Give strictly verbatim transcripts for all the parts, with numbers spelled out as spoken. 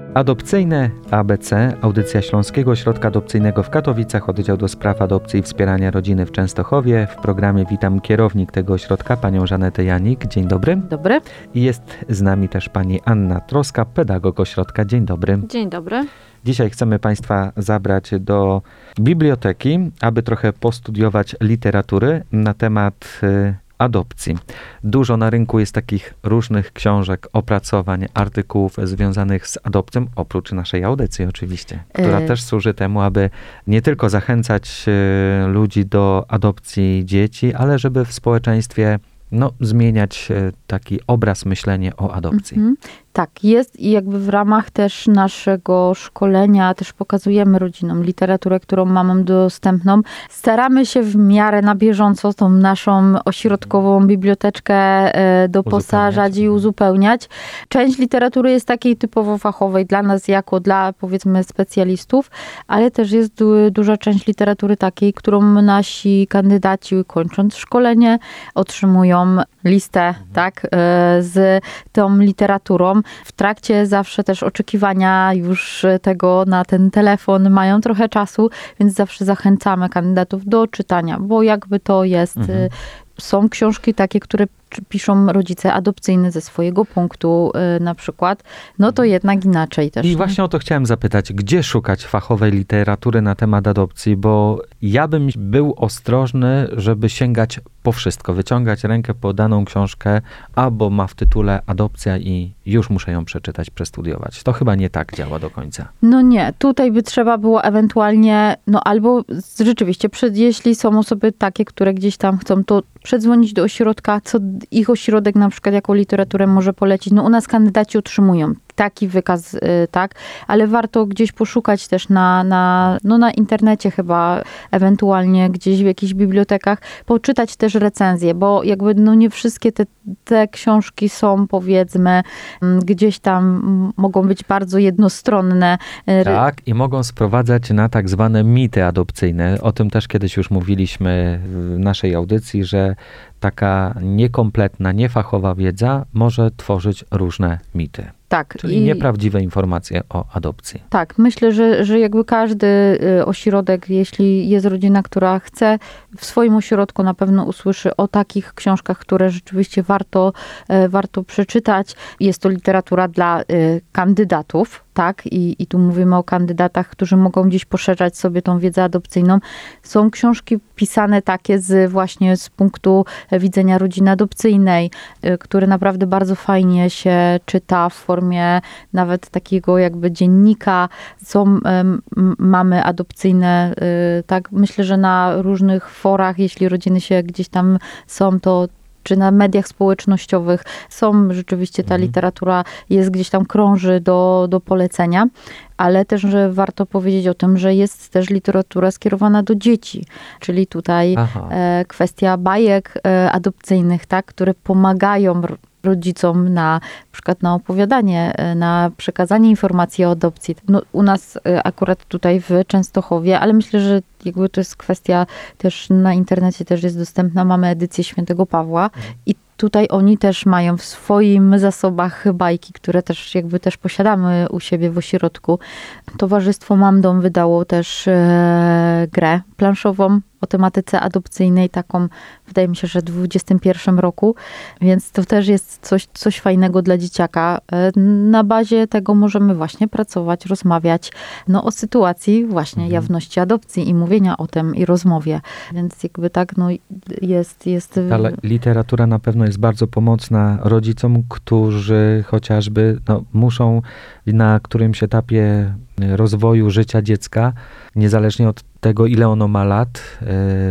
Adopcyjne A B C, audycja Śląskiego Ośrodka Adopcyjnego w Katowicach, oddział do spraw adopcji i wspierania rodziny w Częstochowie. W programie witam kierownik tego ośrodka, panią Żanetę Janik. Dzień dobry. Dobry. I jest z nami też pani Anna Troska, pedagog ośrodka. Dzień dobry. Dzień dobry. Dzisiaj chcemy państwa zabrać do biblioteki, aby trochę postudiować literatury na temat y, adopcji. Dużo na rynku jest takich różnych książek, opracowań, artykułów związanych z adopcją, oprócz naszej audycji oczywiście, która y- też służy temu, aby nie tylko zachęcać y, ludzi do adopcji dzieci, ale żeby w społeczeństwie no, zmieniać y, taki obraz myślenia o adopcji. Mhm. Tak, jest i jakby w ramach też naszego szkolenia też pokazujemy rodzinom literaturę, którą mamy dostępną. Staramy się w miarę na bieżąco tą naszą ośrodkową biblioteczkę e, doposażać i uzupełniać. Część literatury jest takiej typowo fachowej dla nas, jako dla powiedzmy specjalistów, ale też jest du- duża część literatury takiej, którą nasi kandydaci kończąc szkolenie otrzymują listę, mhm. tak, e, z tą literaturą. W trakcie zawsze też oczekiwania już tego na ten telefon mają trochę czasu, więc zawsze zachęcamy kandydatów do czytania, bo jakby to jest, mhm. są książki takie, które piszą rodzice adopcyjni ze swojego punktu y, na przykład, no to jednak inaczej też. I nie? właśnie o to chciałem zapytać, gdzie szukać fachowej literatury na temat adopcji, bo ja bym był ostrożny, żeby sięgać po wszystko, wyciągać rękę po daną książkę, albo ma w tytule adopcja i już muszę ją przeczytać, przestudiować. To chyba nie tak działa do końca. No nie, tutaj by trzeba było ewentualnie, no albo rzeczywiście, przed, jeśli są osoby takie, które gdzieś tam chcą, to przedzwonić do ośrodka, co ich ośrodek na przykład jaką literaturę może polecić. No u nas kandydaci otrzymują taki wykaz, tak, ale warto gdzieś poszukać też na, na, no na internecie chyba, ewentualnie gdzieś w jakichś bibliotekach, poczytać też recenzje, bo jakby no nie wszystkie te, te książki są powiedzmy gdzieś tam mogą być bardzo jednostronne. Tak, i mogą sprowadzać na tak zwane mity adopcyjne. O tym też kiedyś już mówiliśmy w naszej audycji, że taka niekompletna, niefachowa wiedza może tworzyć różne mity. Tak. Czyli i, nieprawdziwe informacje o adopcji. Tak, myślę, że, że jakby każdy ośrodek, jeśli jest rodzina, która chce, w swoim ośrodku na pewno usłyszy o takich książkach, które rzeczywiście warto, warto przeczytać. Jest to literatura dla kandydatów, tak, i, i tu mówimy o kandydatach, którzy mogą gdzieś poszerzać sobie tą wiedzę adopcyjną. Są książki pisane takie z właśnie z punktu widzenia rodziny adopcyjnej, które naprawdę bardzo fajnie się czyta w formie nawet takiego jakby dziennika. Są um, mamy adopcyjne, y, tak, myślę, że na różnych forach, jeśli rodziny się gdzieś tam są, to czy na mediach społecznościowych są rzeczywiście ta literatura, jest gdzieś tam krąży do, do polecenia, ale też, że warto powiedzieć o tym, że jest też literatura skierowana do dzieci, czyli tutaj e, kwestia bajek e, adopcyjnych, tak, które pomagają rodzicom na, na przykład na opowiadanie, na przekazanie informacji o adopcji. No, u nas akurat tutaj w Częstochowie, ale myślę, że jakby to jest kwestia też na internecie też jest dostępna. Mamy edycję Świętego Pawła i tutaj oni też mają w swoim zasobach bajki, które też jakby też posiadamy u siebie w ośrodku. Towarzystwo Mam Dom wydało też e, grę planszową o tematyce adopcyjnej, taką wydaje mi się, że w dwudziestym pierwszym roku, więc to też jest coś, coś fajnego dla dzieciaka. Na bazie tego możemy właśnie pracować, rozmawiać no, o sytuacji właśnie mhm. jawności adopcji i mówienia o tym i rozmowie, więc jakby tak no jest... jest... Ta literatura na pewno jest bardzo pomocna rodzicom, którzy chociażby no, muszą na którymś etapie rozwoju życia dziecka, niezależnie od tego, ile ono ma lat,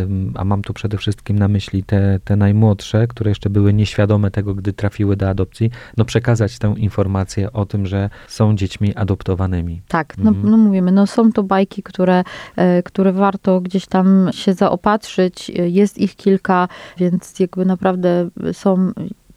a mam tu przede wszystkim na myśli te, te najmłodsze, które jeszcze były nieświadome tego, gdy trafiły do adopcji, no przekazać tę informację o tym, że są dziećmi adoptowanymi. Tak, no, mhm. no mówimy, no są to bajki, które, które warto gdzieś tam się zaopatrzyć, jest ich kilka, więc jakby naprawdę są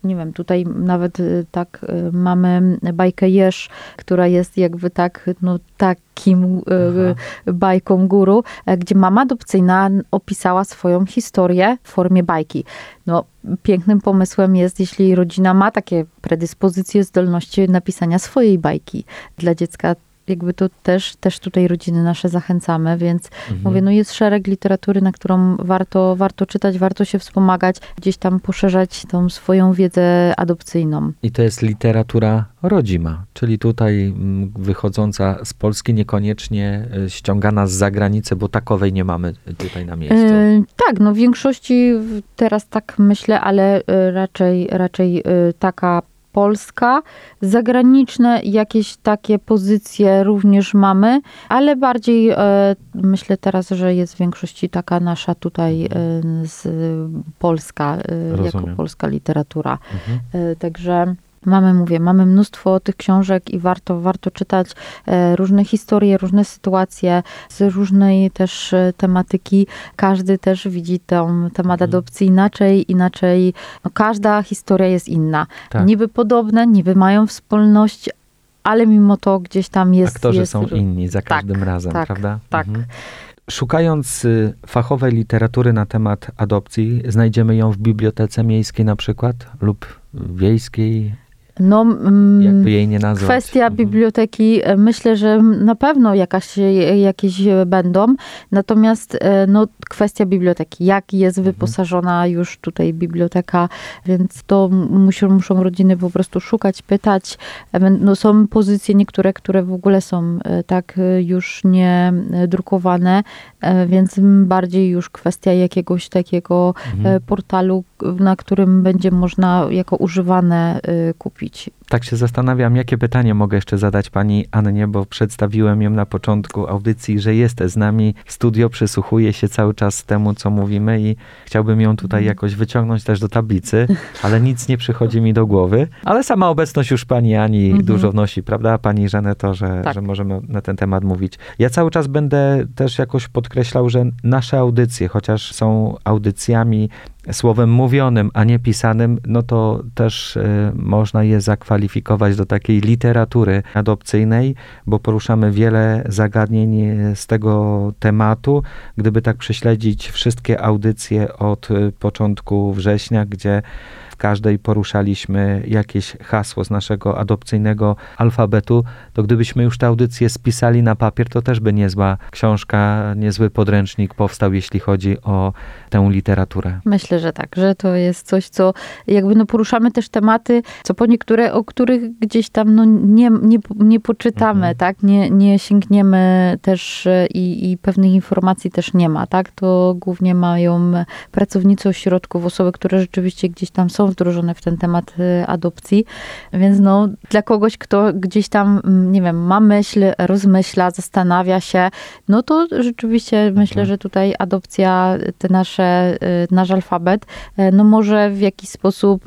nie wiem, tutaj nawet tak mamy bajkę Jerz, która jest jakby tak, no takim Aha. bajką guru, gdzie mama adopcyjna opisała swoją historię w formie bajki. No, pięknym pomysłem jest, jeśli rodzina ma takie predyspozycje, zdolności napisania swojej bajki dla dziecka. Jakby to też, też tutaj rodziny nasze zachęcamy, więc mhm. mówię, no jest szereg literatury, na którą warto, warto czytać, warto się wspomagać, gdzieś tam poszerzać tą swoją wiedzę adopcyjną. I to jest literatura rodzima, czyli tutaj wychodząca z Polski, niekoniecznie ściągana z zagranicy, bo takowej nie mamy tutaj na miejscu. Yy, tak, no w większości teraz tak myślę, ale raczej, raczej taka polska, zagraniczne jakieś takie pozycje również mamy, ale bardziej e, myślę teraz, że jest w większości taka nasza tutaj e, z polska, e, jako polska literatura. Mhm. E, także mamy, mówię, mamy mnóstwo tych książek i warto, warto czytać e, różne historie, różne sytuacje z różnej też e, tematyki. Każdy też widzi ten temat mhm. adopcji inaczej, inaczej. No, każda historia jest inna. Tak. Niby podobne, niby mają wspólność, ale mimo to gdzieś tam jest... Aktorzy jest... są inni za każdym tak, razem, tak, prawda? Tak, mhm. Szukając fachowej literatury na temat adopcji, znajdziemy ją w bibliotece miejskiej na przykład lub wiejskiej? No, jakby jej nie nazwać. Kwestia mhm. biblioteki, myślę, że na pewno jakaś, jakieś będą. Natomiast no, kwestia biblioteki, jak jest mhm. wyposażona już tutaj biblioteka, więc to muszą, muszą rodziny po prostu szukać, pytać. No, są pozycje niektóre, które w ogóle są tak już nie drukowane, więc bardziej już kwestia jakiegoś takiego mhm. portalu, na którym będzie można jako używane kupić. Tak się zastanawiam, jakie pytanie mogę jeszcze zadać pani Annie, bo przedstawiłem ją na początku audycji, że jest z nami w studio, przysłuchuje się cały czas temu, co mówimy i chciałbym ją tutaj jakoś wyciągnąć też do tablicy, ale nic nie przychodzi mi do głowy. Ale sama obecność już pani Ani mhm. dużo wnosi, prawda? Pani Żaneto, że, tak. że możemy na ten temat mówić. Ja cały czas będę też jakoś podkreślał, że nasze audycje, chociaż są audycjami słowem mówionym, a nie pisanym, no to też y, można je zakwalifikować do takiej literatury adopcyjnej, bo poruszamy wiele zagadnień z tego tematu. Gdyby tak prześledzić wszystkie audycje od y, początku września, gdzie w każdej poruszaliśmy jakieś hasło z naszego adopcyjnego alfabetu, to gdybyśmy już te audycje spisali na papier, to też by niezła książka, niezły podręcznik powstał, jeśli chodzi o tę literaturę. Myślę, że tak, że to jest coś, co jakby no poruszamy też tematy, co po niektóre, o których gdzieś tam no nie, nie, nie poczytamy, mhm. tak, nie, nie sięgniemy też i, i pewnych informacji też nie ma, tak, to głównie mają pracownicy ośrodków, osoby, które rzeczywiście gdzieś tam są wdrożone w ten temat adopcji, więc no dla kogoś, kto gdzieś tam, nie wiem, ma myśl, rozmyśla, zastanawia się, no to rzeczywiście mhm. myślę, że tutaj adopcja, te nasze, nasz alfabet, no może w jakiś sposób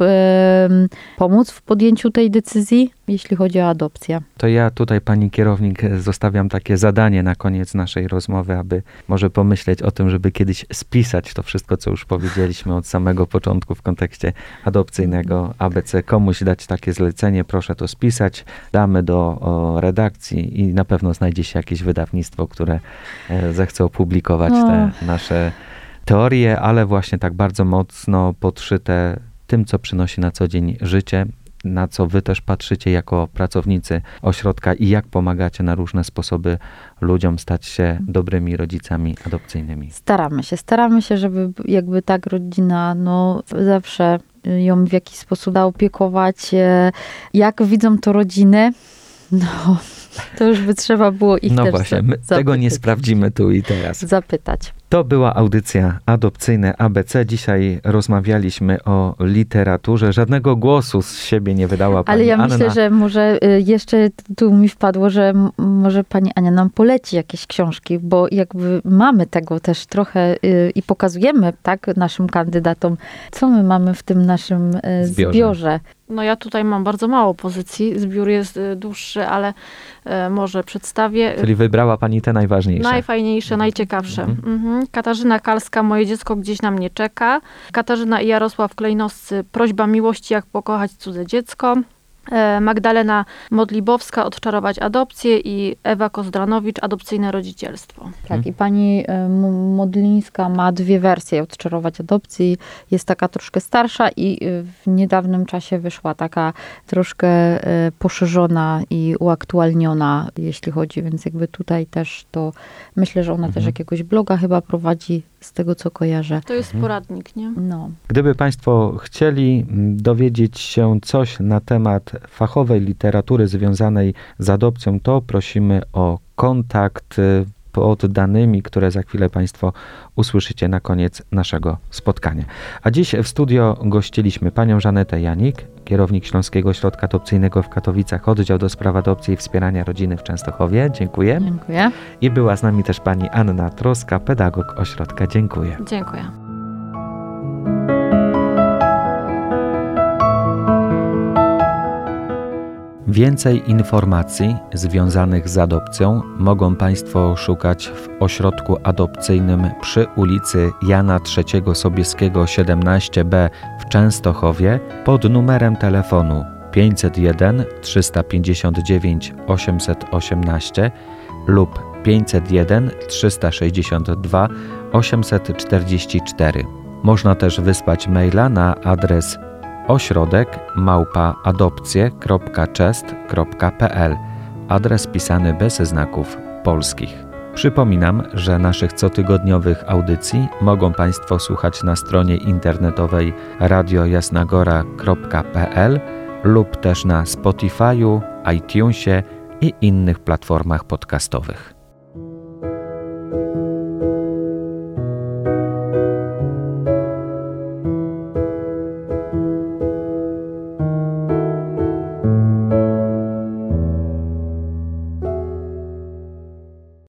pomóc w podjęciu tej decyzji, jeśli chodzi o adopcję. To ja tutaj, pani kierownik, zostawiam takie zadanie na koniec naszej rozmowy, aby może pomyśleć o tym, żeby kiedyś spisać to wszystko, co już powiedzieliśmy od samego początku w kontekście adopcyjnego A B C. Komuś dać takie zlecenie, proszę to spisać, damy do o, redakcji i na pewno znajdzie się jakieś wydawnictwo, które e, zechce opublikować no. te nasze teorie, ale właśnie tak bardzo mocno podszyte tym, co przynosi na co dzień życie, na co wy też patrzycie jako pracownicy ośrodka i jak pomagacie na różne sposoby ludziom stać się dobrymi rodzicami adopcyjnymi. Staramy się, staramy się, żeby jakby tak rodzina, no zawsze ją w jakiś sposób zaopiekować. Jak widzą to rodziny, no to już by trzeba było ich no też właśnie, my zapytać. Tego nie sprawdzimy tu i teraz. Zapytać. To była audycja Adopcyjne A B C. Dzisiaj rozmawialiśmy o literaturze. Żadnego głosu z siebie nie wydała pani Ale ja Anna. myślę, że może jeszcze tu mi wpadło, że może pani Ania nam poleci jakieś książki, bo jakby mamy tego też trochę i pokazujemy tak naszym kandydatom, co my mamy w tym naszym zbiorze. zbiorze. No ja tutaj mam bardzo mało pozycji. Zbiór jest dłuższy, ale może przedstawię. Czyli wybrała pani te najważniejsze. Najfajniejsze, najciekawsze. Mhm. Mhm. Mhm. Katarzyna Kalska, moje dziecko gdzieś na mnie czeka. Katarzyna i Jarosław Klejnoscy, prośba miłości, jak pokochać cudze dziecko. Magdalena Modlibowska, odczarować adopcję i Ewa Kozdranowicz, adopcyjne rodzicielstwo. Tak, i pani Modlińska ma dwie wersje odczarować adopcji. Jest taka troszkę starsza i w niedawnym czasie wyszła taka troszkę poszerzona i uaktualniona, jeśli chodzi, więc jakby tutaj też to myślę, że ona mhm. też jakiegoś bloga chyba prowadzi, z tego co kojarzę. To jest poradnik, nie? No. Gdyby Państwo chcieli dowiedzieć się coś na temat fachowej literatury związanej z adopcją, to prosimy o kontakt pod danymi, które za chwilę Państwo usłyszycie na koniec naszego spotkania. A dziś w studio gościliśmy panią Żanetę Janik, kierownik Śląskiego Ośrodka Adopcyjnego w Katowicach, oddział do spraw adopcji i wspierania rodziny w Częstochowie. Dziękuję. Dziękuję. I była z nami też pani Anna Troska, pedagog ośrodka. Dziękuję. Dziękuję. Więcej informacji związanych z adopcją mogą Państwo szukać w ośrodku adopcyjnym przy ulicy Jana trzeciego Sobieskiego siedemnaście B w Częstochowie pod numerem telefonu pięćset jeden trzysta pięćdziesiąt dziewięć osiemset osiemnaście lub pięćset jeden trzysta sześćdziesiąt dwa osiemset czterdzieści cztery. Można też wysłać maila na adres ośrodek małpa adopcje kropka czest kropka p l, adres pisany bez znaków polskich. Przypominam, że naszych cotygodniowych audycji mogą Państwo słuchać na stronie internetowej radio jasna gora kropka p l lub też na Spotify'u, iTunesie i innych platformach podcastowych.